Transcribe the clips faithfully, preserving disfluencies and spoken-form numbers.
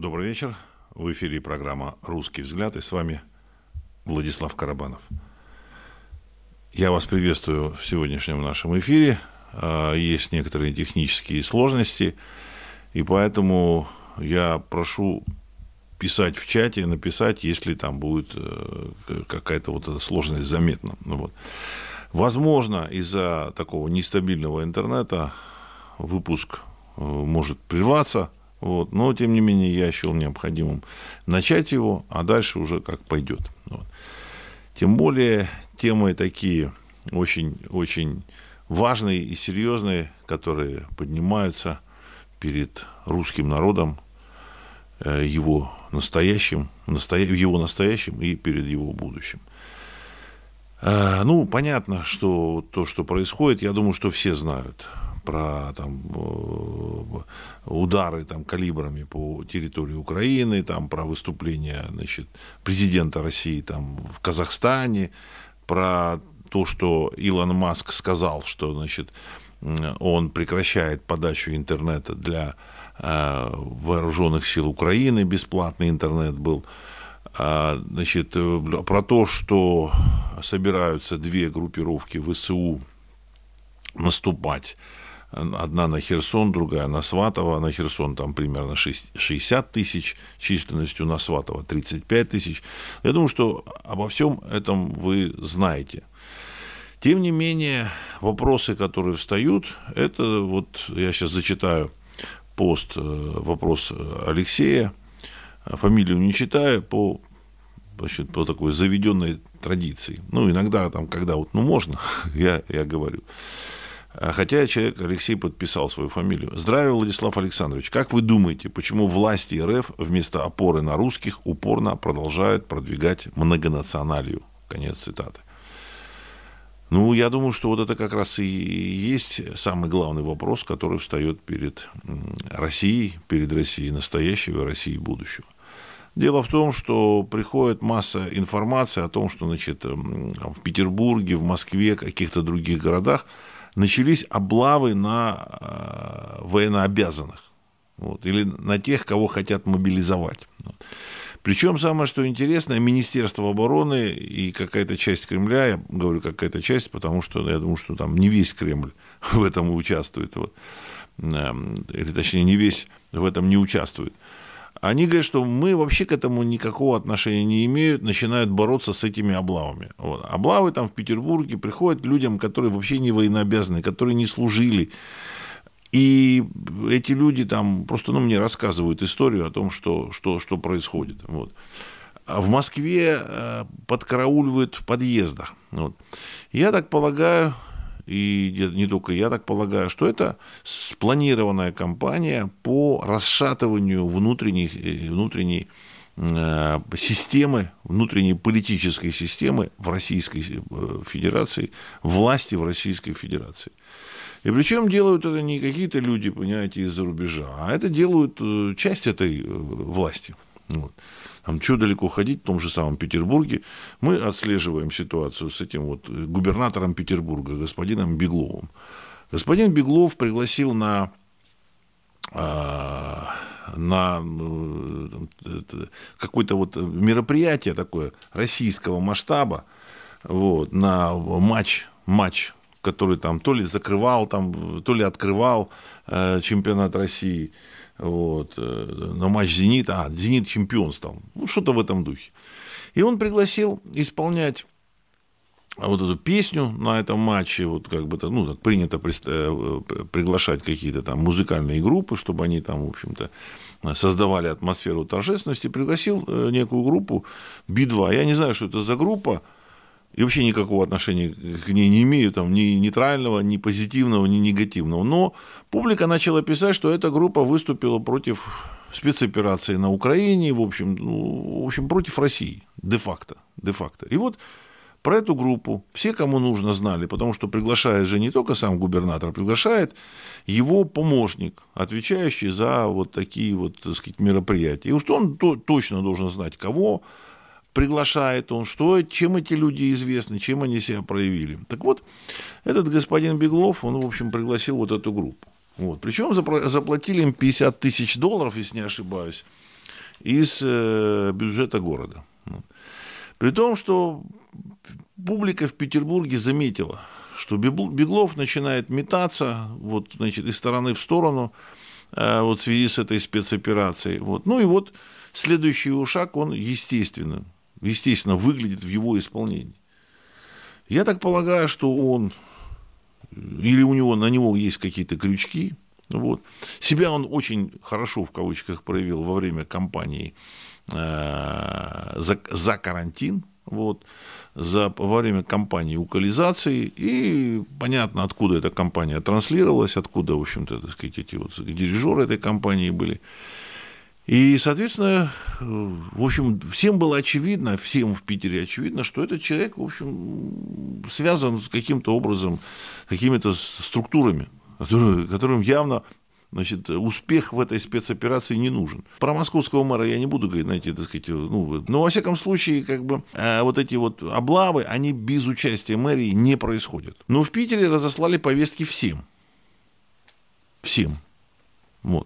Добрый вечер. В эфире программа «Русский взгляд», и с вами Владислав Карабанов. Я вас приветствую в сегодняшнем нашем эфире. Есть некоторые технические сложности, и поэтому я прошу писать в чате, написать, если там будет какая-то вот эта сложность заметна. Вот. Возможно, из-за такого нестабильного интернета выпуск может прерваться. Вот. Но, тем не менее, я счел необходимым начать его, а дальше уже как пойдет. Вот. Тем более, темы такие очень, очень важные и серьезные, которые поднимаются перед русским народом, его настоящим, настоя... его настоящим и перед его будущим. Ну, понятно, что то, что происходит, я думаю, что все знают про там, удары там, калибрами по территории Украины, там, про выступление, значит, президента России там, в Казахстане, про то, что Илон Маск сказал, что, значит, он прекращает подачу интернета для э, вооруженных сил Украины, бесплатный интернет был. Значит, про то, что собираются две группировки ВСУ наступать. Одна на Херсон, другая на Сватово. На Херсон там примерно шестьдесят тысяч численностью, на Сватово тридцать пять тысяч. Я думаю, что обо всем этом вы знаете. Тем не менее, вопросы, которые встают, это вот я сейчас зачитаю пост, вопрос Алексея, фамилию не читаю, по, значит, по такой заведенной традиции. Ну, иногда там, когда вот, ну, можно, я, я говорю. Хотя человек, Алексей, подписал свою фамилию. Здравия, Владислав Александрович. Как вы думаете, почему власти РФ вместо опоры на русских упорно продолжают продвигать многонационалию? Конец цитаты. Ну, я думаю, что вот это как раз и есть самый главный вопрос, который встает перед Россией, перед Россией настоящего и Россией будущего. Дело в том, что приходит масса информации о том, что, значит, в Петербурге, в Москве, каких-то других городах начались облавы на военнообязанных, вот, или на тех, кого хотят мобилизовать. Вот. Причем самое, что интересное, Министерство обороны и какая-то часть Кремля, я говорю какая-то часть, потому что я думаю, что там не весь Кремль в этом участвует, вот, или точнее не весь в этом не участвует. Они говорят, что мы вообще к этому никакого отношения не имеют, начинают бороться с этими облавами. Вот. Облавы там в Петербурге приходят людям, которые вообще не военнообязаны, которые не служили. И эти люди там просто, ну, мне рассказывают историю о том, что, что, что происходит. Вот. В Москве подкарауливают в подъездах. Вот. Я так полагаю, и не только я так полагаю, что это спланированная кампания по расшатыванию внутренней, внутренней системы, внутренней политической системы в Российской Федерации, власти в Российской Федерации. И причем делают это не какие-то люди, понимаете, из-за рубежа, а это делают часть этой власти. Вот. Там, что далеко ходить, в том же самом Петербурге, мы отслеживаем ситуацию с этим вот губернатором Петербурга, господином Бегловым. Господин Беглов пригласил на, на какое-то вот мероприятие такое российского масштаба, вот, на матч, матч, который там то ли закрывал, там, то ли открывал э, чемпионат России. Вот, на матч «Зенита», а, «Зенит» чемпион стал, ну, что-то в этом духе. И он пригласил исполнять вот эту песню на этом матче, вот как бы, ну, так принято приглашать какие-то там музыкальные группы, чтобы они там, в общем-то, создавали атмосферу торжественности, пригласил некую группу Би два. Я не знаю, что это за группа, и вообще никакого отношения к ней не имею, там, ни нейтрального, ни позитивного, ни негативного. Но публика начала писать, что эта группа выступила против спецоперации на Украине, в общем, ну, в общем против России, де-факто, де-факто. И вот про эту группу все, кому нужно, знали, потому что приглашает же не только сам губернатор, приглашает его помощник, отвечающий за вот такие вот, так сказать, мероприятия. И уж он то, точно должен знать, кого приглашает он, что, чем эти люди известны, чем они себя проявили. Так вот, этот господин Беглов, он, в общем, пригласил вот эту группу. Вот. Причем заплатили им пятьдесят тысяч долларов, если не ошибаюсь, из бюджета города. При том, что публика в Петербурге заметила, что Беглов начинает метаться вот, значит, из стороны в сторону вот, в связи с этой спецоперацией. Вот. Ну и вот следующий его шаг, он естественно, естественно выглядит в его исполнении. Я так полагаю, что он, или у него, на него есть какие-то крючки. Вот. Себя он очень хорошо, в кавычках, проявил во время кампании э, за, за карантин. Вот, за, во время кампании укализации, и понятно, откуда эта кампания транслировалась, откуда, в общем-то, так сказать, эти вот дирижеры этой кампании были. И, соответственно, в общем, всем было очевидно, всем в Питере очевидно, что этот человек, в общем, связан с каким-то образом, какими-то структурами, которые, которым явно, значит, успех в этой спецоперации не нужен. Про московского мэра я не буду говорить, знаете, так сказать, ну, но во всяком случае, как бы, э, вот эти вот облавы, они без участия мэрии не происходят. Но в Питере разослали повестки всем. Всем. Вот.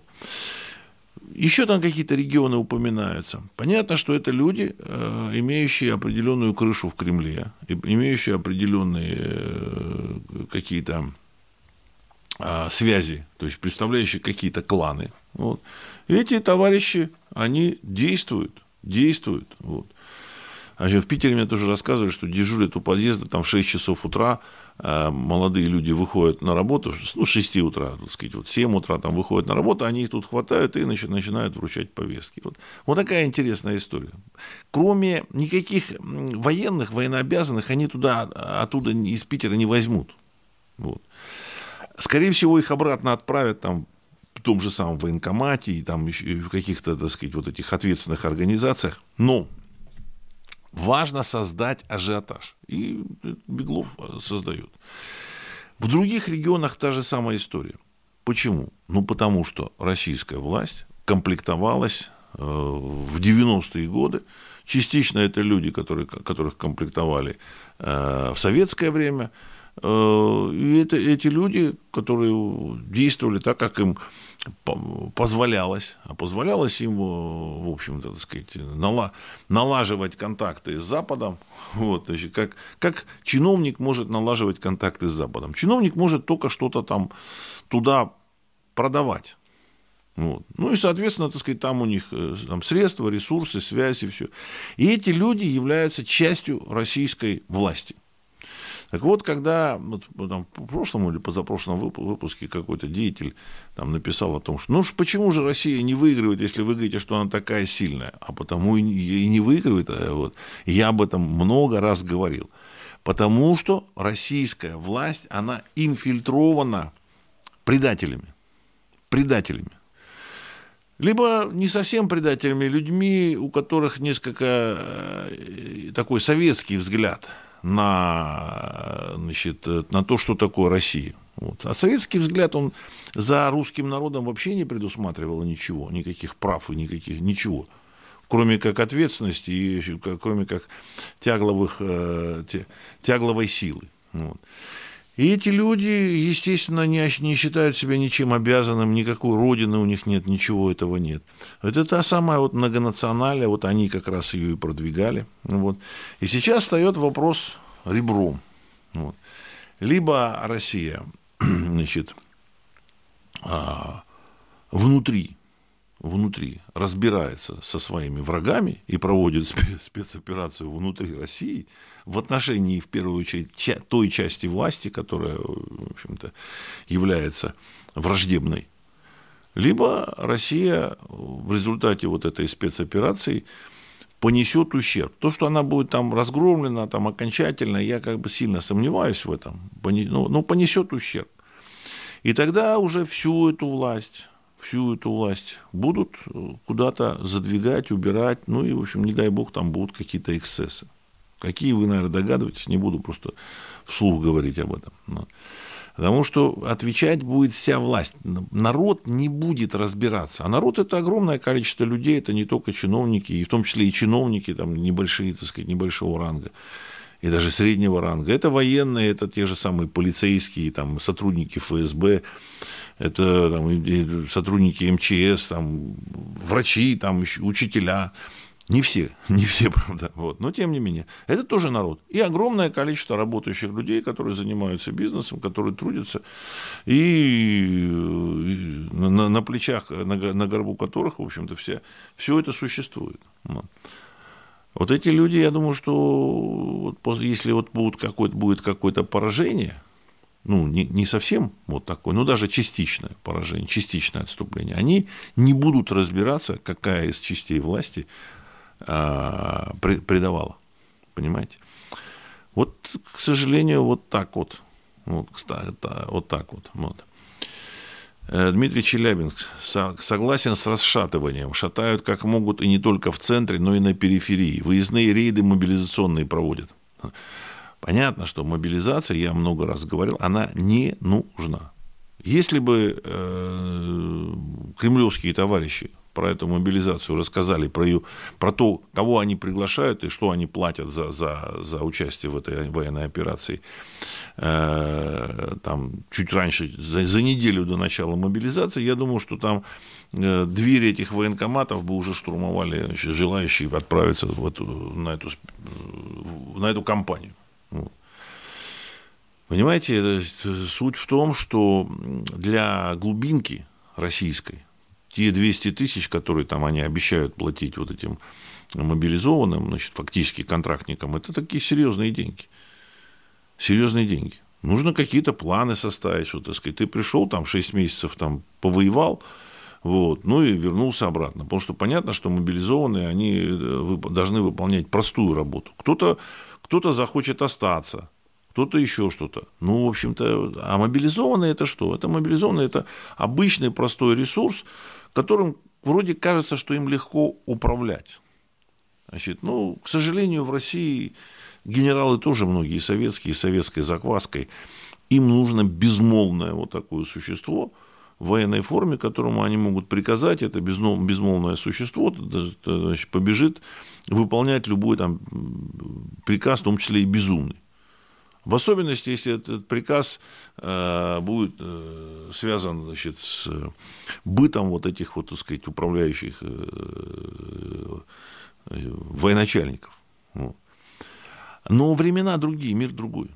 Еще там какие-то регионы упоминаются. Понятно, что это люди, э, имеющие определенную крышу в Кремле, имеющие определенные э, какие-то связи, то есть представляющие какие-то кланы. Вот. И эти товарищи, они действуют, действуют. Вот. А в Питере мне тоже рассказывали, что дежурят у подъезда там в шесть часов утра, э, молодые люди выходят на работу, ну, с шести утра, так сказать, вот в семь утра там выходят на работу, они их тут хватают и значит, начинают вручать повестки. Вот. Вот такая интересная история. Кроме никаких военных, военнообязанных, они туда, оттуда из Питера не возьмут. Вот. Скорее всего, их обратно отправят там, в том же самом военкомате и там еще в каких-то, так сказать, вот этих ответственных организациях. Но важно создать ажиотаж. И Беглов создает. В других регионах та же самая история. Почему? Ну, потому что российская власть комплектовалась э, в девяностые годы. Частично это люди, которые, которых комплектовали э, в советское время. И это, эти люди, которые действовали так, как им позволялось, а позволялось им, в общем-то, так сказать, налаживать контакты с Западом. Вот, значит, как, как чиновник может налаживать контакты с Западом? Чиновник может только что-то там туда продавать. Вот. Ну и, соответственно, так сказать, там у них там, средства, ресурсы, связи, все. И эти люди являются частью российской власти. Так вот, когда вот, там, в прошлом или позапрошлом выпуске какой-то деятель там, написал о том, что ну почему же Россия не выигрывает, если вы говорите, что она такая сильная, а потому и не выигрывает. Вот. Я об этом много раз говорил. Потому что российская власть, она инфильтрована предателями. Предателями. Либо не совсем предателями, людьми, у которых несколько такой советский взгляд на, значит, на то, что такое Россия. Вот. А советский взгляд, он за русским народом вообще не предусматривал ничего, никаких прав и никаких, ничего, кроме как ответственности и кроме как тягловых, тягловой силы. Вот. И эти люди, естественно, не, не считают себя ничем обязанным, никакой родины у них нет, ничего этого нет. Это та самая вот многонациональная, вот они как раз ее и продвигали. Вот. И сейчас встает вопрос ребром. Вот. Либо Россия, значит, внутри, внутри разбирается со своими врагами и проводит спецоперацию внутри России в отношении, в первую очередь, той части власти, которая, в общем-то, является враждебной. Либо Россия в результате вот этой спецоперации понесет ущерб. То, что она будет там разгромлена там, окончательно, я как бы сильно сомневаюсь в этом, но понесет ущерб. И тогда уже всю эту власть... всю эту власть будут куда-то задвигать, убирать, ну и, в общем, не дай бог, там будут какие-то эксцессы. Какие, вы, наверное, догадываетесь, не буду просто вслух говорить об этом. Потому что отвечать будет вся власть. Народ не будет разбираться. А народ – это огромное количество людей, это не только чиновники, и в том числе и чиновники там, небольшие, так сказать, небольшого ранга, и даже среднего ранга. Это военные, это те же самые полицейские, там, сотрудники эф эс бэ, это там, и сотрудники эм че эс, там, врачи, там, учителя. Не все, не все, правда, вот. Но тем не менее, это тоже народ. И огромное количество работающих людей, которые занимаются бизнесом, которые трудятся, и на, на плечах, на, на горбу которых, в общем-то, все, все это существует. Вот. Вот эти люди, я думаю, что вот, если вот будет какое-то, будет какое-то поражение, ну, не, не совсем вот такое, но даже частичное поражение, частичное отступление, они не будут разбираться, какая из частей власти предавала. Понимаете? Вот, к сожалению, вот так вот. Вот, кстати, вот так вот. вот. Дмитрий Челябинск. Согласен с расшатыванием. Шатают как могут и не только в центре, но и на периферии. Выездные рейды мобилизационные проводят. Понятно, что мобилизация, я много раз говорил, она не нужна. Если бы э, кремлевские товарищи про эту мобилизацию рассказали, про, ее, про то, кого они приглашают и что они платят за, за, за участие в этой военной операции, э, там, чуть раньше, за, за неделю до начала мобилизации, я думаю, что там э, двери этих военкоматов бы уже штурмовали значит, желающие отправиться в эту, на, эту, на эту кампанию. Вот. Понимаете, суть в том, что для глубинки российской те двести тысяч, которые там они обещают платить вот этим мобилизованным, значит, фактически контрактникам, это такие серьезные деньги. Серьезные деньги. Нужно какие-то планы составить, что, так сказать, ты пришел там шесть месяцев там повоевал, вот, ну и вернулся обратно. Потому что понятно, что мобилизованные, они должны выполнять простую работу. Кто-то, кто-то захочет остаться, кто-то еще что-то. Ну, в общем-то, а мобилизованные это что? Это мобилизованные, это обычный простой ресурс, которым вроде кажется, что им легко управлять. Значит, ну, к сожалению, в России генералы тоже многие советские, советской закваской. Им нужно безмолвное вот такое существо в военной форме, которому они могут приказать, это безмолвное существо значит, побежит выполнять любой там приказ, в том числе и безумный. В особенности, если этот приказ э, будет э, связан значит, с бытом вот этих вот, так сказать, управляющих э, э, военачальников. Вот. Но времена другие, мир другой.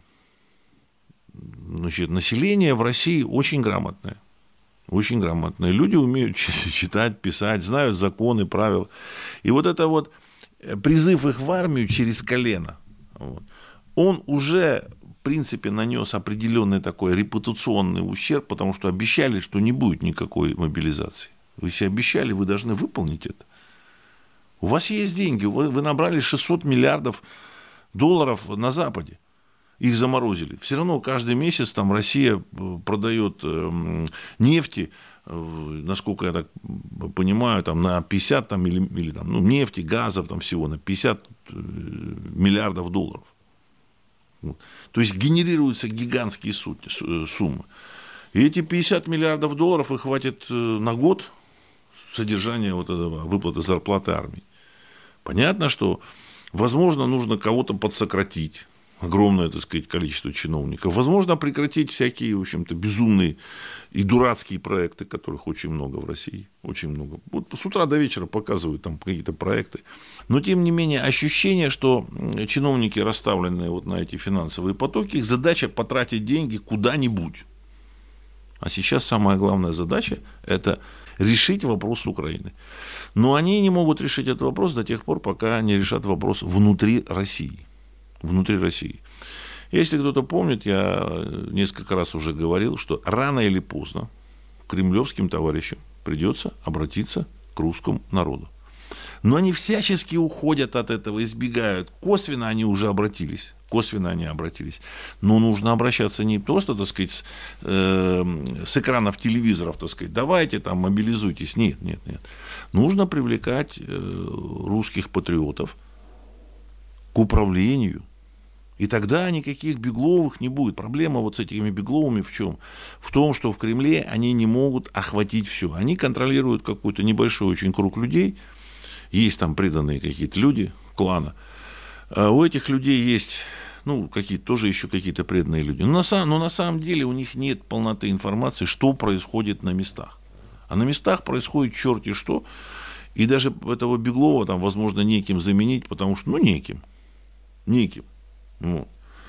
Значит, население в России очень грамотное. Очень грамотное. Люди умеют читать, писать, знают законы, правила. И вот это вот призыв их в армию через колено, вот, он уже в принципе нанес определенный такой репутационный ущерб, потому что обещали, что не будет никакой мобилизации. Вы себе обещали, вы должны выполнить это. У вас есть деньги, вы, вы набрали шестьсот миллиардов долларов на Западе, их заморозили. Все равно каждый месяц там Россия продает нефти, насколько я так понимаю, там, на пятьдесят там, или, или там, ну, нефти, газов там, всего на пятьдесят миллиардов долларов. Вот. То есть генерируются гигантские суммы. И эти пятьдесят миллиардов долларов их хватит на год содержания вот этого, выплаты зарплаты армии. Понятно, что, возможно, нужно кого-то подсократить. Огромное, так сказать, количество чиновников. Возможно, прекратить всякие, в общем-то, безумные и дурацкие проекты, которых очень много в России. Очень много. Вот с утра до вечера показывают там какие-то проекты. Но, тем не менее, ощущение, что чиновники, расставленные вот на эти финансовые потоки, их задача потратить деньги куда-нибудь. А сейчас самая главная задача – это решить вопрос с Украиной. Но они не могут решить этот вопрос до тех пор, пока не решат вопрос внутри России. Внутри России. Если кто-то помнит, я несколько раз уже говорил, что рано или поздно кремлевским товарищам придется обратиться к русскому народу. Но они всячески уходят от этого, избегают. Косвенно они уже обратились. Косвенно они обратились. Но нужно обращаться не просто, так сказать, с, э, с экранов телевизоров, так сказать, давайте там мобилизуйтесь. Нет, нет, нет. Нужно привлекать э, русских патриотов к управлению. И тогда никаких Бегловых не будет. Проблема вот с этими Бегловыми в чем? В том, что в Кремле они не могут охватить все. Они контролируют какой-то небольшой очень круг людей. Есть там преданные какие-то люди клана. У этих людей есть ну, какие-то, тоже еще какие-то преданные люди. Но на, самом, но на самом деле у них нет полноты информации, что происходит на местах. А на местах происходит черти что. И даже этого Беглова там, возможно, неким заменить, потому что, ну, неким. Неким. Вот.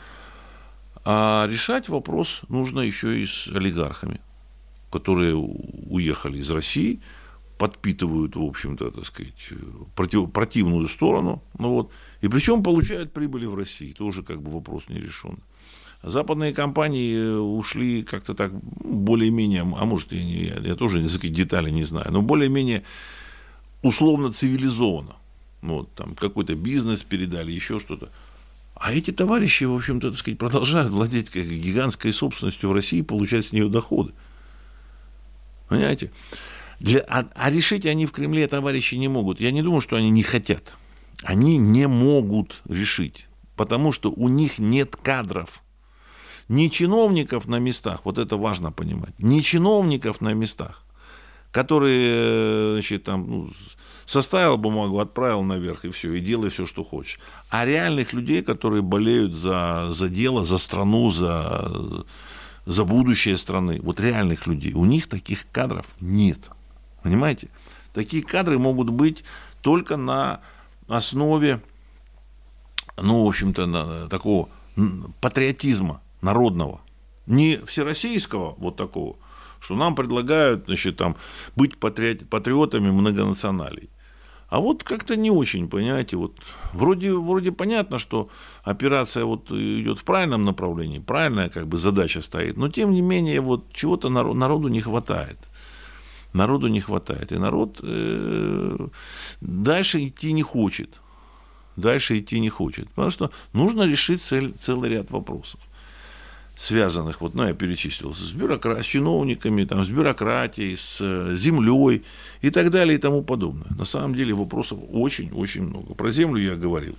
А решать вопрос нужно еще и с олигархами, которые уехали из России, подпитывают, в общем-то, так сказать, против, противную сторону, ну вот, и причем получают прибыли в России, тоже как бы вопрос не решен. Западные компании ушли как-то так более-менее, а может, я, не, я тоже такие детали не знаю, но более-менее условно цивилизованно. Вот, там какой-то бизнес передали, еще что-то. А эти товарищи, в общем-то, так сказать, продолжают владеть как гигантской собственностью в России и получать с нее доходы. Понимаете? Для, а, а решить они в Кремле, товарищи, не могут. Я не думаю, что они не хотят. Они не могут решить, потому что у них нет кадров. Ни чиновников на местах, вот это важно понимать, ни чиновников на местах, которые, значит, там, ну, составил бумагу, отправил наверх, и все, и делай все, что хочешь. А реальных людей, которые болеют за, за дело, за страну, за, за будущее страны, вот реальных людей, у них таких кадров нет. Понимаете? Такие кадры могут быть только на основе, ну, в общем-то, на, такого патриотизма народного. Не всероссийского вот такого, что нам предлагают, значит, там, быть патриот, патриотами многонационалей. А вот как-то не очень, понимаете, вот вроде, вроде понятно, что операция вот идет в правильном направлении, правильная как бы задача стоит, но тем не менее вот чего-то народ, народу не хватает. Народу не хватает. И народ э, дальше идти не хочет. Дальше идти не хочет. Потому что нужно решить цель, целый ряд вопросов, связанных, вот, ну, я перечислил, с, бюрокра... с чиновниками, там, с бюрократией, с землей и так далее и тому подобное. На самом деле вопросов очень-очень много. Про землю я говорил.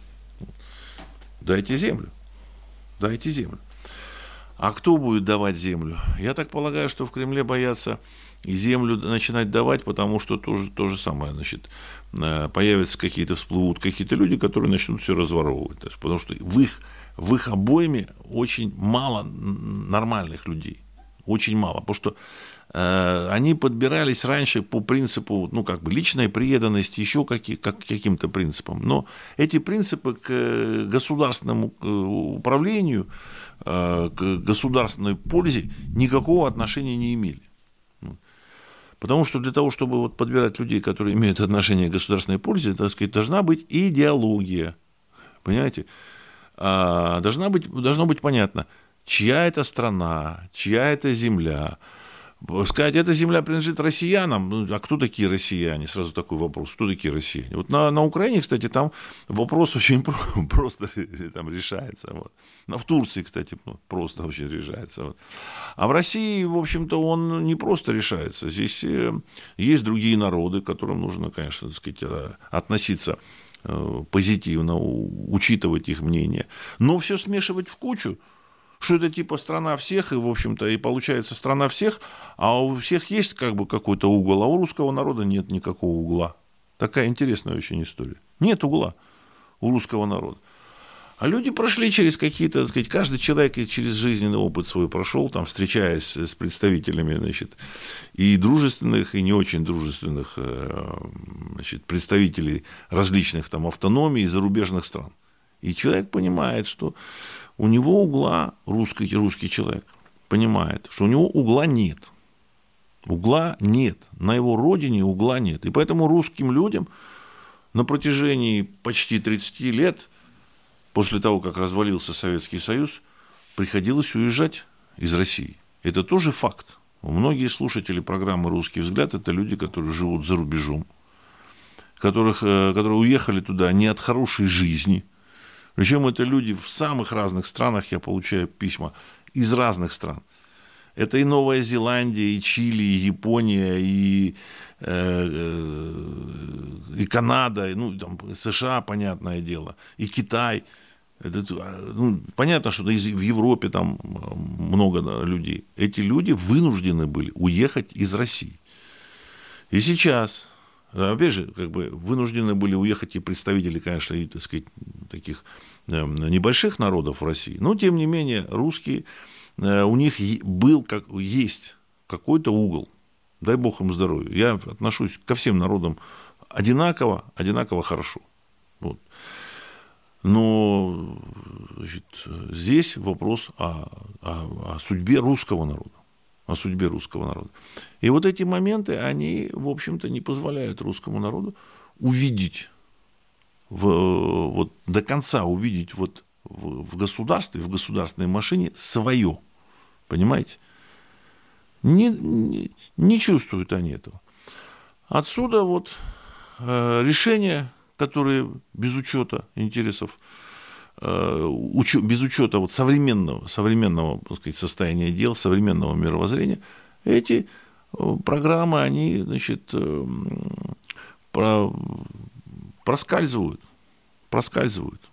Дайте землю. Дайте землю. А кто будет давать землю? Я так полагаю, что в Кремле боятся и землю начинать давать, потому что то же, то же самое, значит, появятся какие-то, всплывут какие-то люди, которые начнут все разворовывать. Потому что в их В их обойме очень мало нормальных людей. Очень мало. Потому что э, они подбирались раньше по принципу, ну, как бы личной преданности, еще какие, как, каким-то принципам. Но эти принципы к государственному управлению, э, к государственной пользе никакого отношения не имели. Потому что для того, чтобы вот подбирать людей, которые имеют отношение к государственной пользе, так сказать, должна быть идеология. Понимаете? Должна быть, должно быть понятно, чья это страна, чья это земля. Сказать, эта земля принадлежит россиянам, ну, а кто такие россияне? Сразу такой вопрос, кто такие россияне? Вот на, на Украине, кстати, там вопрос очень просто там решается. Вот. Но в Турции, кстати, просто очень решается. Вот. А в России, в общем-то, он не просто решается. Здесь есть другие народы, к которым нужно, конечно, так сказать, относиться позитивно, учитывать их мнение, но все смешивать в кучу, что это типа страна всех, и, в общем-то, и получается страна всех, а у всех есть как бы какой-то угол, а у русского народа нет никакого угла. Такая интересная очень история. Нет угла у русского народа. А люди прошли через какие-то, так сказать, каждый человек через жизненный опыт свой прошел, там, встречаясь с представителями, значит, и дружественных, и не очень дружественных, значит, представителей различных там автономий и зарубежных стран. И человек понимает, что у него угла, русский, русский человек понимает, что у него угла нет. Угла нет. На его родине угла нет. И поэтому русским людям на протяжении почти тридцати лет после того, как развалился Советский Союз, приходилось уезжать из России. Это тоже факт. Многие слушатели программы «Русский взгляд» – это люди, которые живут за рубежом, которых, которые уехали туда не от хорошей жизни. Причем это люди в самых разных странах, я получаю письма из разных стран. Это и Новая Зеландия, и Чили, и Япония, и, э, и Канада, и, ну, там, США, понятное дело, и Китай. Это, ну, понятно, что в Европе там много людей. Эти люди вынуждены были уехать из России. И сейчас, опять же, как бы вынуждены были уехать и представители, конечно, и, так сказать, таких небольших народов в России, но, тем не менее, русские, у них был, как, есть какой-то угол, дай бог им здоровья. Я отношусь ко всем народам одинаково, одинаково хорошо. Вот. Но, значит, здесь вопрос о, о, о судьбе русского народа. О судьбе русского народа. И вот эти моменты, они, в общем-то, не позволяют русскому народу увидеть, в, вот, до конца увидеть вот, в, в государстве, в государственной машине свое. Понимаете? Не, не, не чувствуют они этого. Отсюда вот э, решения, которые без учета интересов, э, уч, без учета вот современного, современного, так сказать, состояния дел, современного мировоззрения, эти э, программы, они, значит, э, про, проскальзывают, проскальзывают.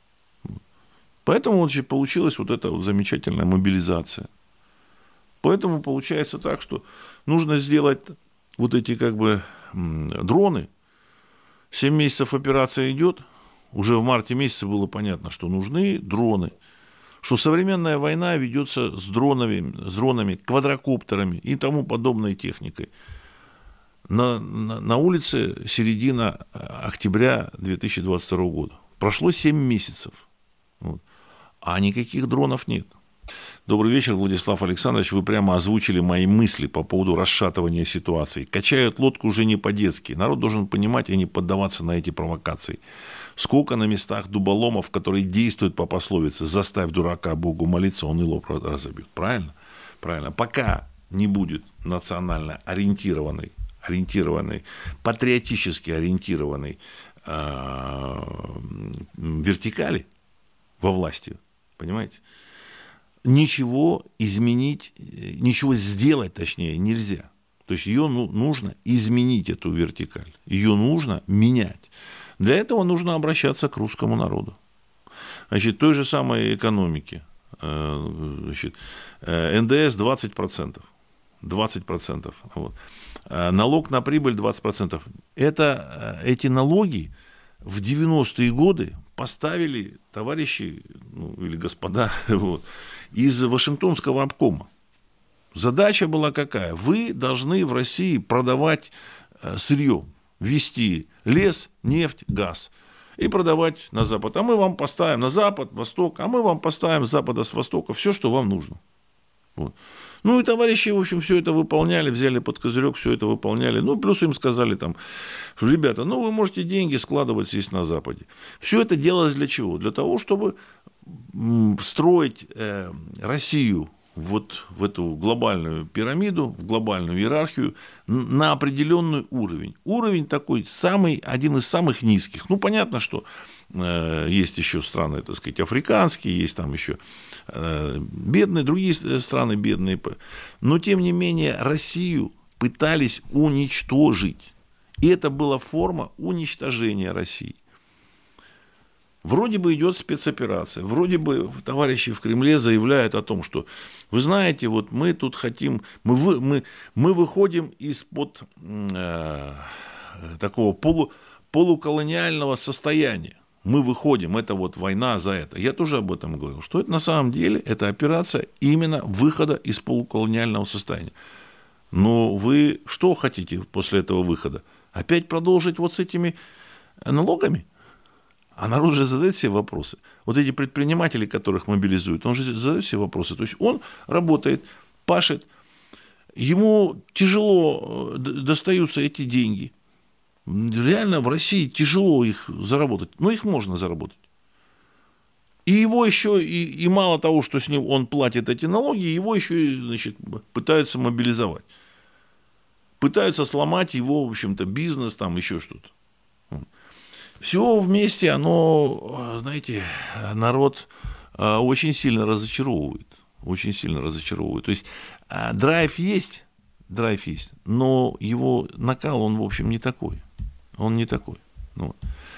Поэтому вот получилась вот эта вот замечательная мобилизация. Поэтому получается так, что нужно сделать вот эти как бы дроны. Семь месяцев операция идет, уже в марте месяце было понятно, что нужны дроны, что современная война ведется с дронами, с дронами, квадрокоптерами и тому подобной техникой. На, на, на улице середина октября две тысячи двадцать второго года. Прошло семь месяцев, вот, а никаких дронов нет. Добрый вечер, Владислав Александрович. Вы прямо озвучили мои мысли по поводу расшатывания ситуации. Качают лодку уже не по-детски. Народ должен понимать и не поддаваться на эти провокации. Сколько на местах дуболомов, которые действуют по пословице «заставь дурака Богу молиться, он и лоб разобьет». Правильно? Правильно. Пока не будет национально ориентированной, ориентированной, патриотически ориентированной э, вертикали во власти, понимаете, ничего изменить, ничего сделать, точнее, нельзя. То есть ее ну, нужно изменить, эту вертикаль. Ее нужно менять. Для этого нужно обращаться к русскому народу. Значит, той же самой экономике. Значит, эн дэ эс двадцать процентов. двадцать процентов. Вот. Налог на прибыль двадцать процентов. Это, эти налоги в девяностые годы поставили товарищи, ну, или господа, вот, из Вашингтонского обкома. Задача была какая? Вы должны в России продавать сырье, везти лес, нефть, газ и продавать на Запад. А мы вам поставим на Запад, Восток, а мы вам поставим с Запада, с Востока все, что вам нужно. Вот. Ну и товарищи, в общем, все это выполняли, взяли под козырек, все это выполняли. Ну, плюс им сказали там, что, ребята, ну, вы можете деньги складывать здесь на Западе. Все это делалось для чего? Для того, чтобы строить э, Россию вот в эту глобальную пирамиду, в глобальную иерархию на определенный уровень. Уровень такой самый, один из самых низких. Ну, понятно, что э, есть еще страны, так сказать, африканские, есть там еще э, бедные, другие страны бедные. Но, тем не менее, Россию пытались уничтожить. И это была форма уничтожения России. Вроде бы идет спецоперация, вроде бы товарищи в Кремле заявляют о том, что, вы знаете, вот мы тут хотим, мы, вы, мы, мы выходим из-под э, такого полу, полуколониального состояния. Мы выходим, это вот война за это. Я тоже об этом говорил, что это на самом деле это операция именно выхода из полуколониального состояния. Но вы что хотите после этого выхода? Опять продолжить вот с этими налогами? А народ же задает себе вопросы. Вот эти предприниматели, которых мобилизуют, он же задает себе вопросы. То есть он работает, пашет, ему тяжело достаются эти деньги. Реально в России тяжело их заработать, но их можно заработать. И его еще, и, и мало того, что с ним он платит эти налоги, его еще, значит, пытаются мобилизовать. Пытаются сломать его, в общем-то, бизнес, там еще что-то. Все вместе, оно, знаете, народ очень сильно разочаровывает. Очень сильно разочаровывает. То есть драйв есть, драйв есть, но его накал, он, в общем, не такой. Он не такой. Ну.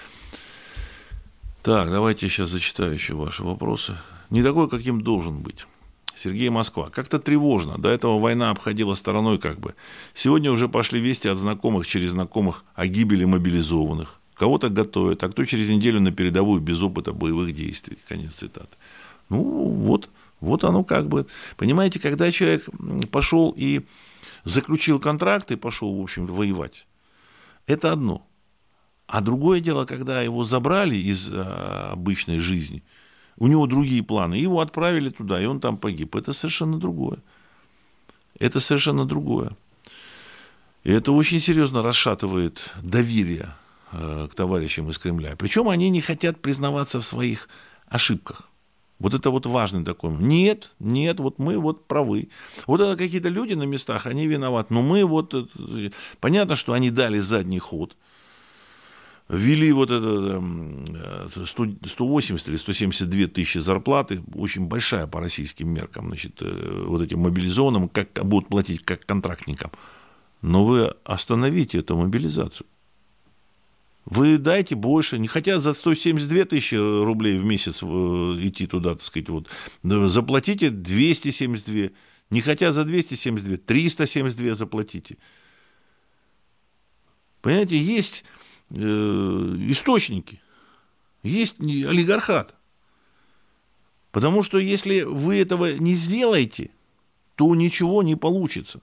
Так, давайте я сейчас зачитаю еще ваши вопросы. Не такой, каким должен быть. Сергей, Москва. Как-то тревожно. До этого война обходила стороной как бы. Сегодня уже пошли вести от знакомых через знакомых о гибели мобилизованных. кого-то готовят, а кто через неделю на передовую без опыта боевых действий. Конец цитаты. Ну, вот, вот оно как бы. Понимаете, когда человек пошел и заключил контракт и пошел, в общем, воевать, это одно. А другое дело, когда его забрали из а, обычной жизни, у него другие планы, его отправили туда, и он там погиб. Это совершенно другое. Это совершенно другое. И это очень серьезно расшатывает доверие э, к товарищам из Кремля. Причем они не хотят признаваться в своих ошибках. Вот это вот важный такой. Нет, нет, вот мы вот правы. Вот это какие-то люди на местах, они виноваты. Но мы вот... Понятно, что они дали задний ход. Ввели вот это сто восемьдесят или сто семьдесят две тысячи зарплаты, очень большая по российским меркам, значит, вот этим мобилизованным, как будут платить как контрактникам. Но вы остановите эту мобилизацию. Вы дайте больше, не хотят за сто семьдесят две тысячи рублей в месяц идти туда, так сказать, вот, заплатите двести семьдесят два, не хотят за двести семьдесят два, триста семьдесят два заплатите. Понимаете, есть э, источники, есть олигархат. Потому что если вы этого не сделаете, то ничего не получится.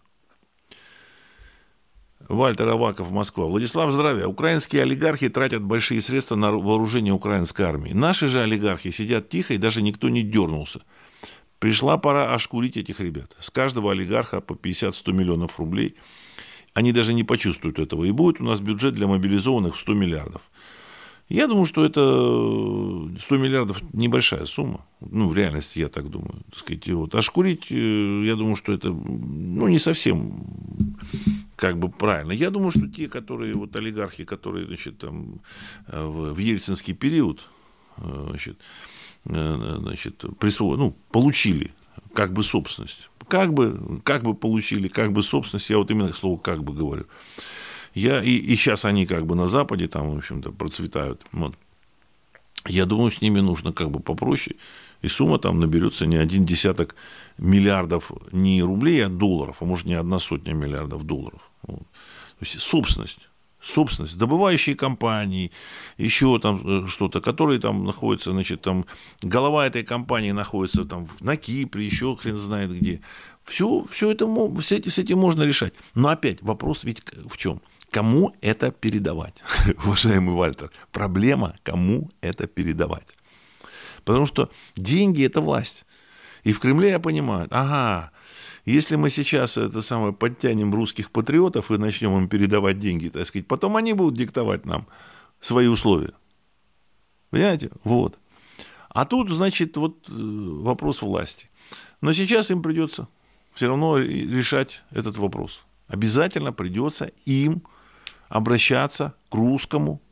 Вальтер Аваков, Москва. Владислав, здравия. Украинские олигархи тратят большие средства на вооружение украинской армии. Наши же олигархи сидят тихо, и даже никто не дернулся. Пришла пора ошкурить этих ребят. С каждого олигарха по пятьдесят-сто миллионов рублей. Они даже не почувствуют этого. И будет у нас бюджет для мобилизованных в сто миллиардов. Я думаю, что это сто миллиардов небольшая сумма. Ну, в реальности, я так думаю. Так сказать, вот. А шкурить, я думаю, что это ну, не совсем как бы правильно. Я думаю, что те, которые, вот олигархи, которые, значит, там, в, в ельцинский период, значит, значит, присво... ну, получили как бы собственность. Как бы, как бы получили, как бы собственность, я вот именно слово «как бы» говорю. Я, и, и сейчас они как бы на Западе там, в общем-то, процветают. Вот. Я думаю, с ними нужно как бы попроще. И сумма там наберется не один десяток миллиардов не рублей, а долларов, а может не одна сотня миллиардов долларов. Вот. То есть собственность. Собственность, добывающие компании, еще там что-то, которые там находятся, значит, там голова этой компании находится там на Кипре, еще хрен знает где. Все, все это, с этим можно решать. Но опять вопрос ведь в чем? Кому это передавать, уважаемый Вальтер? Проблема, кому это передавать. Потому что деньги – это власть. И в Кремле я понимаю, ага, если мы сейчас это самое, подтянем русских патриотов и начнем им передавать деньги, так сказать, потом они будут диктовать нам свои условия. Понимаете? Вот. А тут, значит, вот вопрос власти. Но сейчас им придется все равно решать этот вопрос. Обязательно придется им обращаться к русскому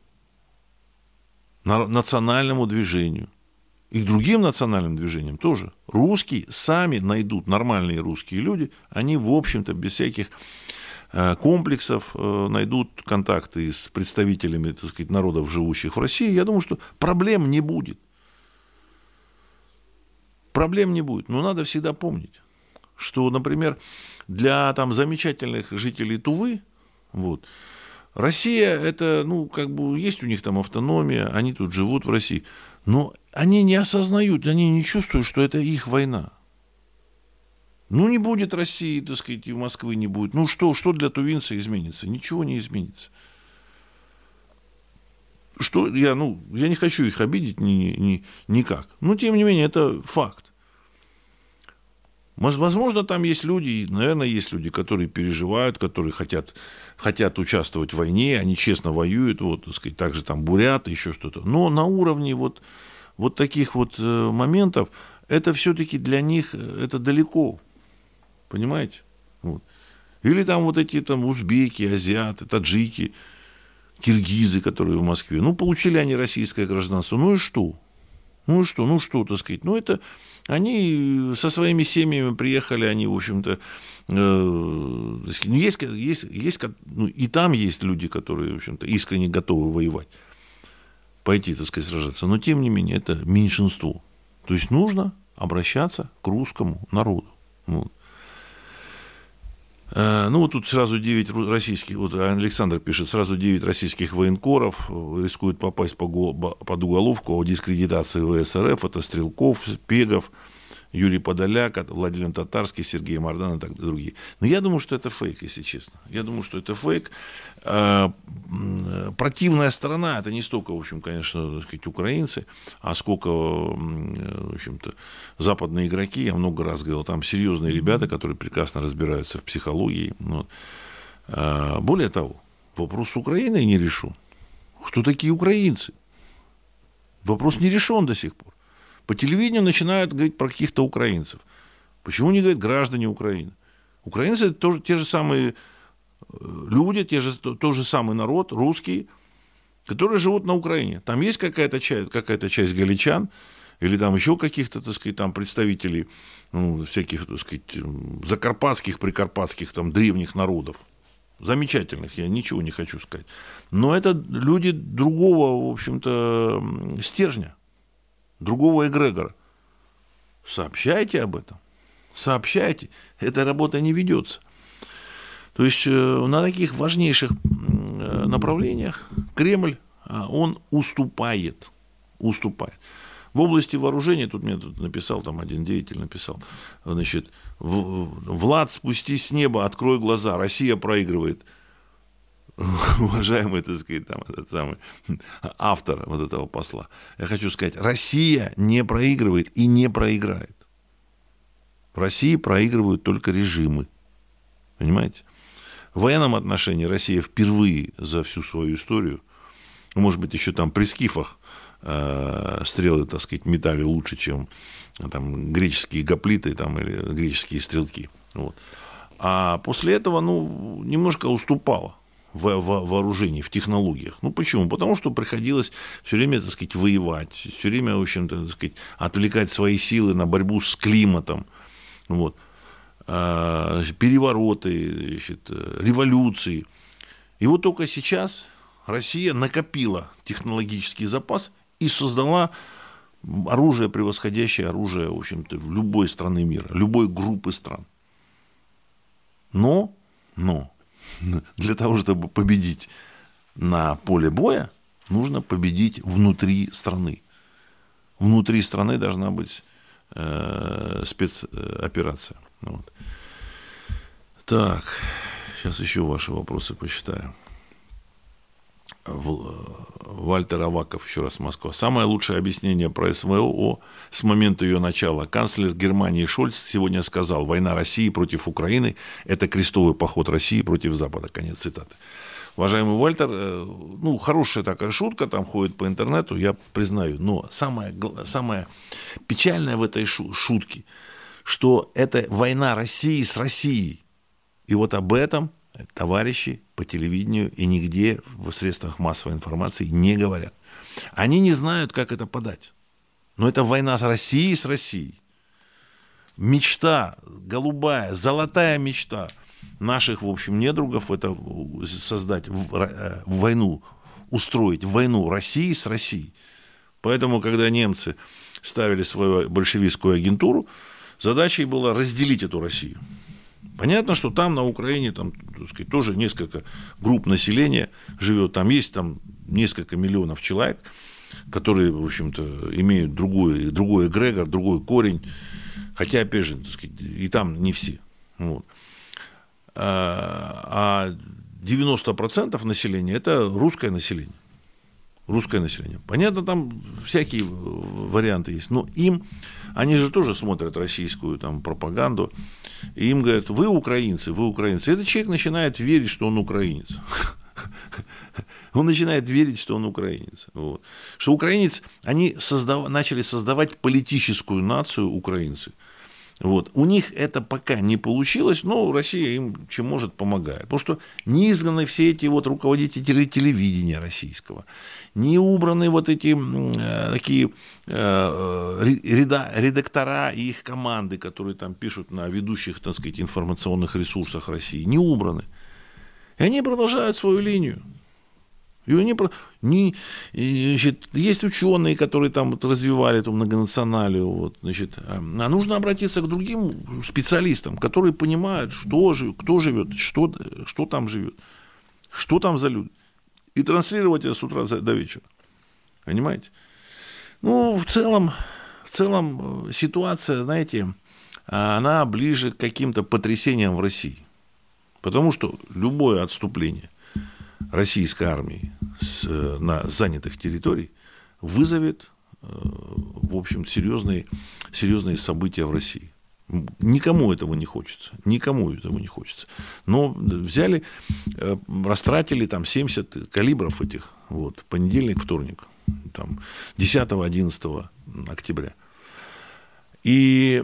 национальному движению. И к другим национальным движениям тоже. Русские сами найдут, нормальные русские люди, они, в общем-то, без всяких комплексов найдут контакты с представителями, так сказать, народов, живущих в России. Я думаю, что проблем не будет. Проблем не будет. Но надо всегда помнить, что, например, для там, замечательных жителей Тувы, вот, Россия, это, ну, как бы, есть у них там автономия, они тут живут в России, но они не осознают, они не чувствуют, что это их война. Ну, не будет России, так сказать, и Москвы не будет. Ну, что, что для тувинца изменится? Ничего не изменится. Что, я, ну, я не хочу их обидеть ни, ни, никак, но, тем не менее, это факт. Возможно, там есть люди, наверное, есть люди, которые переживают, которые хотят, хотят участвовать в войне, они честно воюют, вот, так сказать, также там буряты, еще что-то. Но на уровне вот, вот таких вот моментов, это все-таки для них, это далеко, понимаете? Вот. Или там вот эти там узбеки, азиаты, таджики, киргизы, которые в Москве, ну, получили они российское гражданство, ну и что? Ну и что, ну что, так сказать, ну это... Они со своими семьями приехали, они, в общем-то, э, есть, есть, есть, ну, и там есть люди, которые, в общем-то, искренне готовы воевать, пойти, так сказать, сражаться, но, тем не менее, это меньшинство. То есть, нужно обращаться к русскому народу. Вот. Ну, вот тут сразу девять российских, вот Александр пишет, сразу девять российских военкоров рискуют попасть под уголовку о дискредитации ВС РФ. Это Стрелков, Пегов, Юрий Подоляк, Владимир Татарский, Сергей Мардан и так далее, другие. Но я думаю, что это фейк, если честно. Я думаю, что это фейк. Противная сторона, это не столько, в общем, конечно, так сказать, украинцы, а сколько, в общем-то, западные игроки. Я много раз говорил, там серьезные ребята, которые прекрасно разбираются в психологии. Вот. Более того, вопрос с Украиной не решен. Кто такие украинцы? Вопрос не решен до сих пор. По телевидению начинают говорить про каких-то украинцев. Почему не говорят граждане Украины? Украинцы – это тоже те же самые люди, те же, тот же самый народ, русские, которые живут на Украине. Там есть какая-то часть, какая-то часть галичан, или там еще каких-то, так сказать, там представителей, ну, всяких, так сказать, закарпатских, прикарпатских, там, древних народов. Замечательных, я ничего не хочу сказать. Но это люди другого, в общем-то, стержня, другого эгрегора. Сообщайте об этом. Сообщайте. Эта работа не ведется. То есть на таких важнейших направлениях Кремль, он уступает. Уступает. В области вооружения, тут мне тут написал, там один деятель написал, значит, Влад, спустись с неба, открой глаза, Россия проигрывает. Уважаемый, так сказать, там, этот самый автор вот этого посла, я хочу сказать, Россия не проигрывает и не проиграет. В России проигрывают только режимы. Понимаете? В военном отношении Россия впервые за всю свою историю, может быть, еще там при скифах э, стрелы, так сказать, метали лучше, чем там, греческие гоплиты там, или греческие стрелки. Вот. А после этого, ну, немножко уступало в, в вооружении, в технологиях. Ну, почему? Потому что приходилось все время, так сказать, воевать, все время, в общем-то, так сказать, отвлекать свои силы на борьбу с климатом. Вот. Перевороты, значит, революции. И вот только сейчас Россия накопила технологический запас и создала оружие, превосходящее оружие, в общем-то, в любой стране мира, любой группы стран. Но, но для того, чтобы победить на поле боя, нужно победить внутри страны. Внутри страны должна быть э, спецоперация. Вот. Так, сейчас еще ваши вопросы посчитаю. Вальтер Аваков, еще раз, Москва. Самое лучшее объяснение про СВО с момента ее начала. Канцлер Германии Шольц сегодня сказал: война России против Украины – это крестовый поход России против Запада. Конец цитаты. Уважаемый Вальтер, ну, хорошая такая шутка, там ходит по интернету, я признаю, но самое, самое печальное в этой шутке, что это война России с Россией. И вот об этом товарищи по телевидению и нигде в средствах массовой информации не говорят. Они не знают, как это подать. Но это война с Россией с Россией. Мечта, голубая, золотая мечта наших, в общем, недругов, это создать войну, устроить войну России с Россией. Поэтому, когда немцы ставили свою большевистскую агентуру, задачей было разделить эту Россию. Понятно, что там на Украине там, так сказать, тоже несколько групп населения живет. Там есть там, несколько миллионов человек, которые, в общем-то, имеют другой, другой эгрегор, другой корень. Хотя, опять же, так сказать, и там не все. Вот. А девяносто процентов населения – это русское население. Русское население. Понятно, там всякие варианты есть, но им, они же тоже смотрят российскую там, пропаганду, и им говорят: вы украинцы, вы украинцы. И этот человек начинает верить, что он украинец. Он начинает верить, что он украинец. Вот. Что украинец, они создав... начали создавать политическую нацию украинцы. Вот. У них это пока не получилось, но Россия им чем может помогает. Потому что не изгнаны все эти вот руководители телевидения российского, не убраны вот эти э, такие э, реда, редактора и их команды, которые там пишут на ведущих, так сказать, информационных ресурсах России, не убраны. И они продолжают свою линию. И они, не, и, значит, есть ученые, которые там вот развивали эту многонационалию. Вот, значит, а нужно обратиться к другим специалистам, которые понимают, что, кто живет, что, что там живет, что там за люди. И транслировать это с утра до вечера. Понимаете? Ну, в целом, в целом ситуация, знаете, она ближе к каким-то потрясениям в России. Потому что любое отступление российской армии с, на занятых территорий вызовет, в общем, серьезные, серьезные события в России. Никому этого не хочется. Никому этого не хочется. Но взяли, растратили там семьдесят калибров этих. Вот, понедельник, вторник. Там, десятого-одиннадцатого октября. И,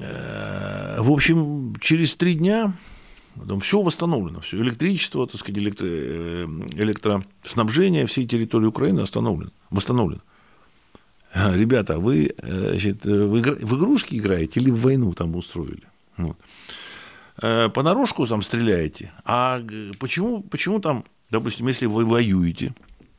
в общем, через три дня там все восстановлено. Все. Электричество, так сказать, электро, электроснабжение всей территории Украины восстановлено. восстановлено. Ребята, вы, значит, вы в игрушки играете или в войну там устроили? Вот. Понарошку там стреляете. А почему, почему там, допустим, если вы воюете,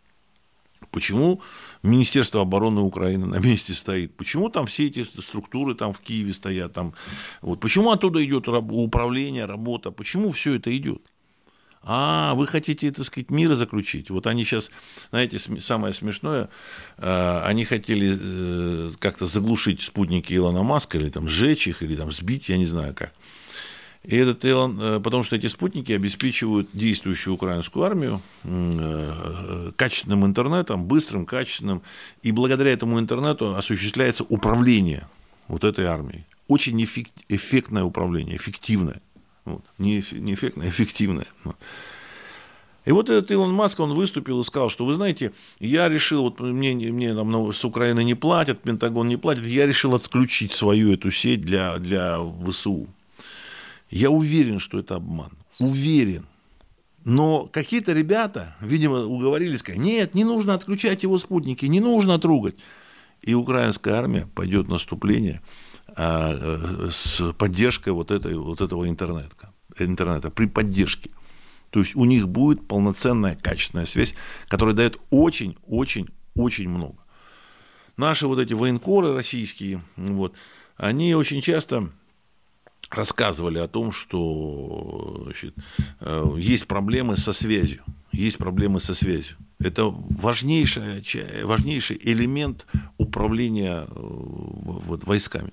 почему Министерство обороны Украины на месте стоит? Почему там все эти структуры там в Киеве стоят? Там, вот, почему оттуда идет управление, работа? Почему все это идет? А, вы хотите, так сказать, мир заключить? Вот они сейчас, знаете, самое смешное, они хотели как-то заглушить спутники Илона Маска, или там сжечь их, или там сбить, я не знаю как. И этот Илон, потому что эти спутники обеспечивают действующую украинскую армию качественным интернетом, быстрым, качественным, и благодаря этому интернету осуществляется управление вот этой армией. Очень эффектное управление, эффективное. Вот. Не эффектное, а эффективное. И вот этот Илон Маск, он выступил и сказал, что, вы знаете, я решил, вот мне, мне там, с Украины не платят, Пентагон не платит, я решил отключить свою эту сеть для, для ВСУ. Я уверен, что это обман. Уверен. Но какие-то ребята, видимо, уговорились, сказать, нет, не нужно отключать его спутники, не нужно трогать. И украинская армия пойдет в наступление а, с поддержкой вот, этой, вот этого интернета, интернета, при поддержке. То есть у них будет полноценная качественная связь, которая дает очень-очень-очень много. Наши вот эти военкоры российские, вот, они очень часто рассказывали о том, что, значит, есть проблемы со связью. Есть проблемы со связью. Это важнейший, важнейший элемент управления вот, войсками.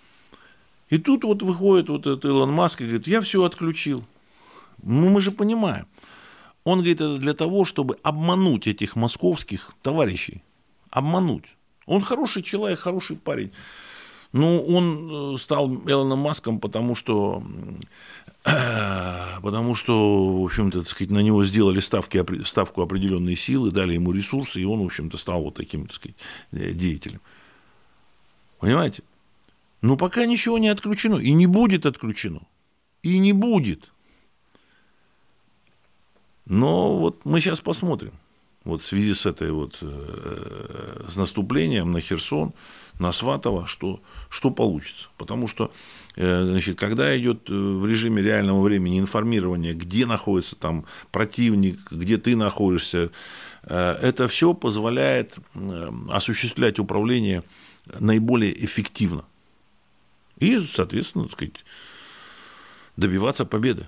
И тут вот выходит вот этот Илон Маск и говорит, я все отключил. Ну, мы же понимаем. Он говорит, это для того, чтобы обмануть этих московских товарищей. Обмануть. Он хороший человек, хороший парень. Ну, он стал Илоном Маском, потому что, потому что, в общем-то, так сказать, на него сделали ставки, ставку определенные силы, дали ему ресурсы, и он, в общем-то, стал вот таким, так сказать, деятелем. Понимаете? Но пока ничего не отключено, и не будет отключено. И не будет. Но вот мы сейчас посмотрим. Вот в связи с этой вот, э, с наступлением на Херсон, на Сватово, что, что получится. Потому что, э, значит, когда идет в режиме реального времени информирование, где находится там противник, где ты находишься, э, это все позволяет э, осуществлять управление наиболее эффективно. И, соответственно, так сказать, добиваться победы.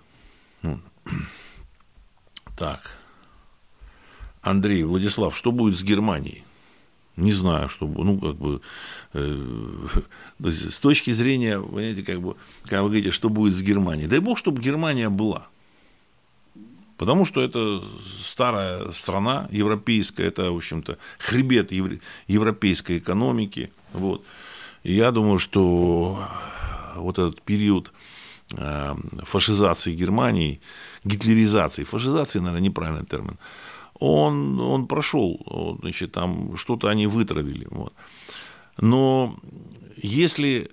Так. Андрей, Владислав, что будет с Германией? Не знаю, что, ну, как бы, э, с точки зрения, понимаете, как бы, как вы говорите, что будет с Германией. Дай бог, чтобы Германия была. Потому что это старая страна, европейская, это, в общем-то, хребет европейской экономики. Вот. И я думаю, что вот этот период фашизации Германии, гитлеризации, фашизации, наверное, неправильный термин, Он, он прошел, значит, там что-то они вытравили. Вот. Но если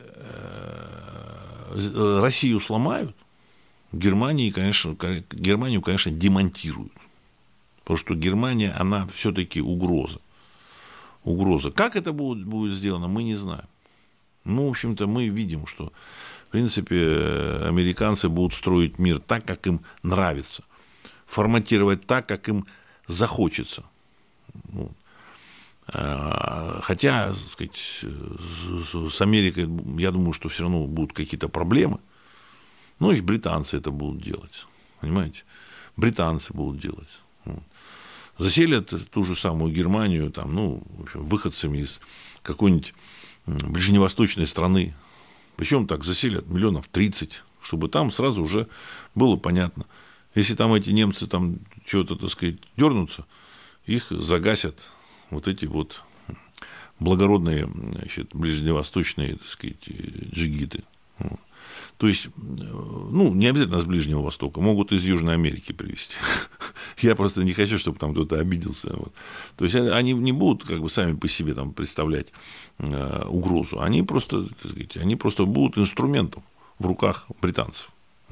Россию сломают, Германии, конечно, Германию, конечно, демонтируют. Потому что Германия, она все-таки угроза. Угроза. Как это будет, будет сделано, мы не знаем. Ну, в общем-то, мы видим, что, в принципе, американцы будут строить мир так, как им нравится. Форматировать так, как им захочется. Ну, хотя, так сказать, с Америкой, я думаю, что все равно будут какие-то проблемы. Ну, и британцы это будут делать. Понимаете? Британцы будут делать. Заселят ту же самую Германию, там, ну, в общем, выходцами из какой-нибудь ближневосточной страны. Причем так заселят миллионов тридцать, чтобы там сразу уже было понятно. Если там эти немцы там что-то, так сказать, дернутся, их загасят вот эти вот благородные, значит, ближневосточные, так сказать, джигиты. То есть, ну, не обязательно с Ближнего Востока, могут из Южной Америки привезти. Я просто не хочу, чтобы там кто-то обиделся. Вот. То есть, они не будут как бы сами по себе там представлять э, угрозу. Они просто, так сказать, они просто будут инструментом в руках британцев.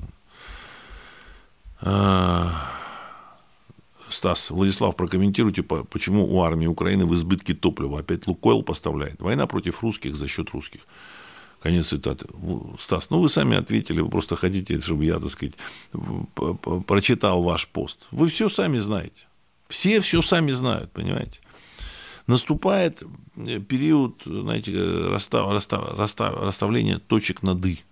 Стас, Владислав, прокомментируйте, почему у армии Украины в избытке топлива. Опять Лукойл поставляет. Война против русских за счет русских. Конец цитаты. Стас, ну вы сами ответили, вы просто хотите, чтобы я, так сказать, прочитал ваш пост. Вы все сами знаете. Все все сами знают, понимаете. Наступает период, знаете, расстав, расстав, расстав, расставления точек над «и».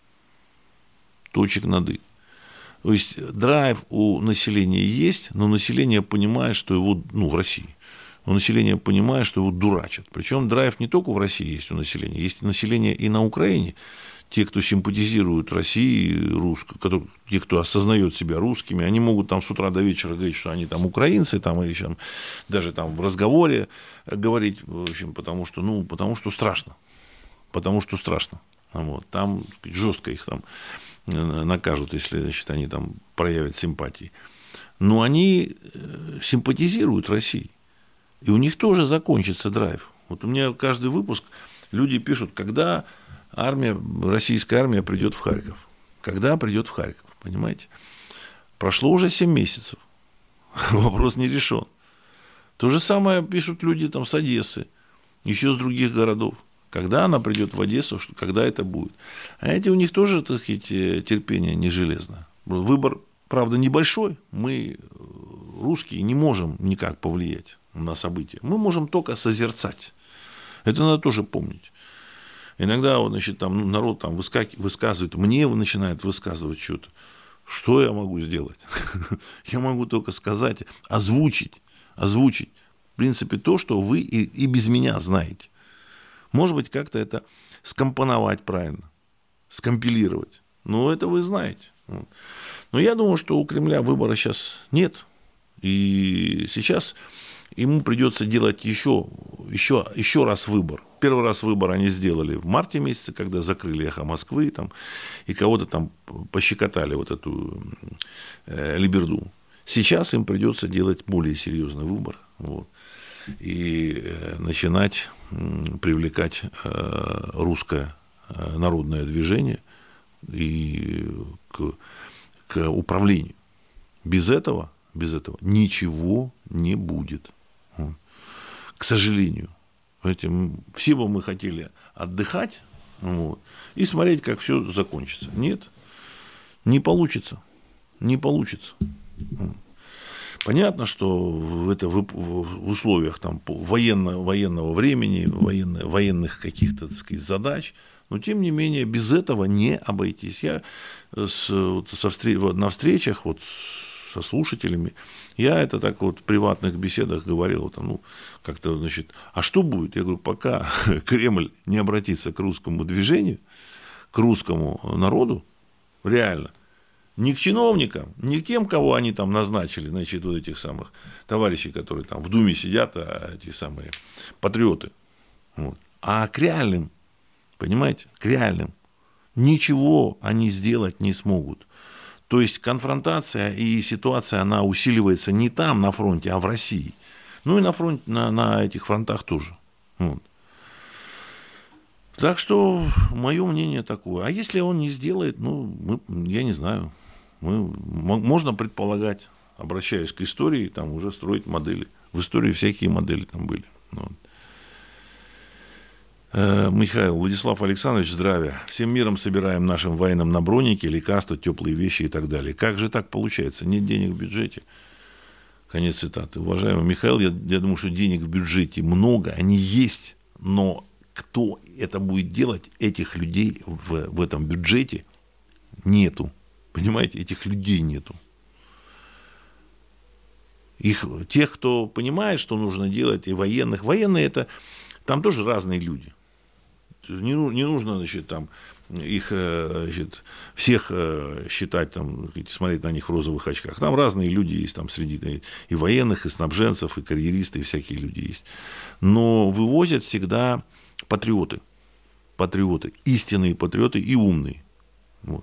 Точек над «и». То есть драйв у населения есть, но население понимает, что его, ну, в России, но население понимает, что его дурачат. Причем драйв не только в России есть у населения, есть население и на Украине. Те, кто симпатизирует России, русско, которые, те, кто осознает себя русскими, они могут там с утра до вечера говорить, что они там украинцы, там, или там, даже там в разговоре говорить, в общем, потому что, ну, потому что страшно. Потому что страшно. Вот. Там жестко их там накажут, если, значит, они там проявят симпатии. Но они симпатизируют России. И у них тоже закончится драйв. Вот у меня каждый выпуск люди пишут, когда армия, российская армия придет в Харьков. Когда придет в Харьков, понимаете? Прошло уже семь месяцев. Вопрос не решен. То же самое пишут люди там с Одессы, еще с других городов. Когда она придет в Одессу, когда это будет. А эти у них тоже, так сказать, терпение не железное. Выбор, правда, небольшой. Мы, русские, не можем никак повлиять на события. Мы можем только созерцать. Это надо тоже помнить. Иногда вот, значит, там, народ там высказывает, мне начинает высказывать что-то. Что я могу сделать? Я могу только сказать, озвучить, озвучить, в принципе, то, что вы и, и без меня знаете. Может быть, как-то это скомпоновать правильно, скомпилировать. Но это вы знаете. Но я думаю, что у Кремля выбора сейчас нет. И сейчас ему придется делать еще, еще, еще раз выбор. Первый раз выбор они сделали в марте месяце, когда закрыли «Эхо Москвы», там, и кого-то там пощекотали вот эту э, либерду. Сейчас им придется делать более серьезный выбор. Вот, и э, начинать э, привлекать э, русское э, народное движение и к, к управлению. Без этого, без этого ничего не будет. К сожалению. Понимаете, все бы мы хотели отдыхать, вот, и смотреть, как все закончится. Нет, не получится. Не получится. Понятно, что это в условиях там, военно, военного времени, военно, военных каких-то, так сказать, задач, но тем не менее без этого не обойтись. Я с, со встреч, на встречах вот, со слушателями, я это так вот в приватных беседах говорил, там, ну, как-то, значит, а что будет? Я говорю, пока Кремль не обратится к русскому движению, к русскому народу, реально, ни к чиновникам, ни к тем, кого они там назначили, значит, вот этих самых товарищей, которые там в Думе сидят, а эти самые патриоты, вот, а к реальным, понимаете, к реальным, ничего они сделать не смогут. То есть конфронтация и ситуация, она усиливается не там на фронте, а в России. Ну и на фронте, на, на этих фронтах тоже. Вот. Так что мое мнение такое. А если он не сделает, ну, мы, я не знаю. Мы, можно предполагать, обращаясь к истории, там уже строить модели. В истории всякие модели там были. Вот. Михаил, Владислав Александрович, здравия. Всем миром собираем нашим военным на броники, лекарства, теплые вещи и так далее. Как же так получается? Нет денег в бюджете. Конец цитаты. Уважаемый Михаил, я, я думаю, что денег в бюджете много, они есть, но кто это будет делать, этих людей в, в этом бюджете нету. Понимаете, этих людей нету. Их, тех, кто понимает, что нужно делать, и военных. Военные это, там тоже разные люди. Не, не нужно, значит, там, их, значит, всех считать, там, смотреть на них в розовых очках. Там разные люди есть, там среди и военных, и снабженцев, и карьеристы, и всякие люди есть. Но вывозят всегда патриоты. Патриоты. Истинные патриоты и умные. Вот.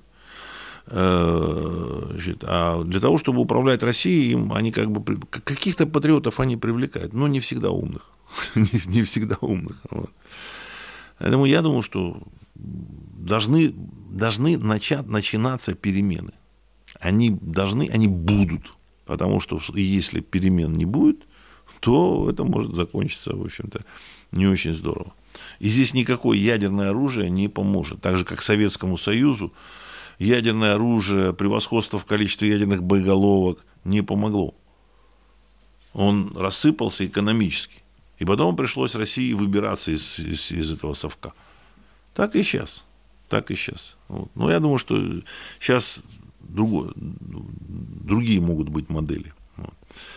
Значит, а для того, чтобы управлять Россией, им они как бы каких-то патриотов они привлекают, но не всегда умных. не, не всегда умных. Вот. Поэтому я думаю, что должны, должны начать, начинаться перемены. Они должны, они будут. Потому что если перемен не будет, то это может закончиться, в общем-то, не очень здорово. И здесь никакое ядерное оружие не поможет. Так же, как Советскому Союзу, ядерное оружие, превосходство в количестве ядерных боеголовок не помогло. Он рассыпался экономически. И потом пришлось России выбираться из, из, из этого совка. Так и сейчас. Так и сейчас. Вот. Но я думаю, что сейчас другое, другие могут быть модели. Вот.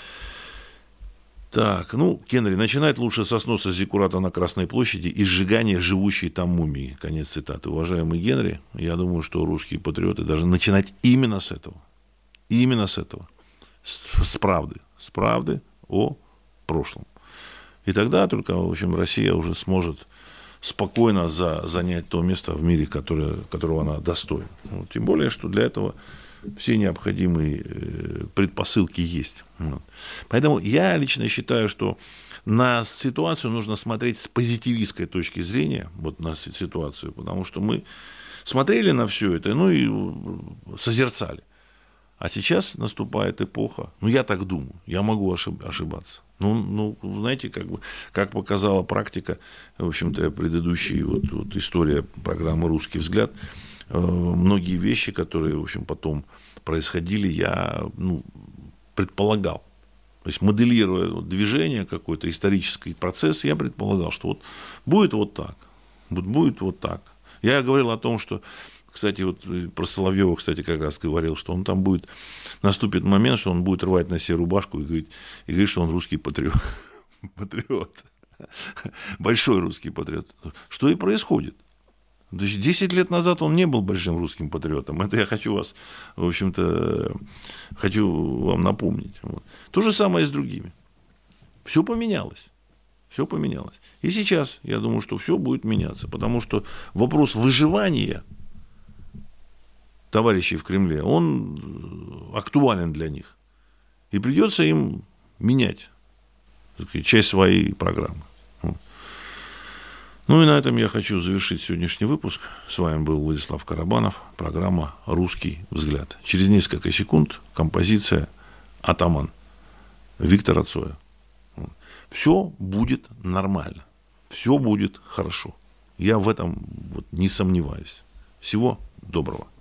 Так, ну, Генри, начинать лучше со сноса зиккурата на Красной площади и сжигания живущей там мумии. Конец цитаты. Уважаемый Генри, я думаю, что русские патриоты должны начинать именно с этого. Именно с этого. С, с правды. С правды о прошлом. И тогда только, в общем, Россия уже сможет спокойно за, занять то место в мире, которое, которого она достойна. Вот. Тем более, что для этого все необходимые предпосылки есть. Вот. Поэтому я лично считаю, что на ситуацию нужно смотреть с позитивистской точки зрения, вот на ситуацию, потому что мы смотрели на все это, ну и созерцали. А сейчас наступает эпоха, ну я так думаю, я могу ошиб, ошибаться. Ну, ну, знаете, как бы, как показала практика, в общем-то, предыдущая вот, вот история программы «Русский взгляд», э, многие вещи, которые, в общем, потом происходили, я ну, предполагал. То есть, моделируя вот, движение, какой-то исторический процесс, я предполагал, что вот будет вот так, вот будет вот так. Я говорил о том, что, кстати, вот про Соловьева, кстати, как раз говорил, что он там будет, наступит момент, что он будет рвать на себе рубашку и говорить, и говорить, что он русский патриот. Патриот. Большой русский патриот. Что и происходит. Десять лет назад он не был большим русским патриотом. Это я хочу вас, в общем-то, хочу вам напомнить. Вот. То же самое и с другими. Все поменялось. Все поменялось. И сейчас, я думаю, что все будет меняться. Потому что вопрос выживания товарищей в Кремле, он актуален для них. И придется им менять так сказать, часть своей программы. Ну и на этом я хочу завершить сегодняшний выпуск. С вами был Владислав Карабанов, программа «Русский взгляд». Через несколько секунд композиция «Атаман» Виктора Цоя. Все будет нормально, все будет хорошо. Я в этом вот не сомневаюсь. Всего доброго.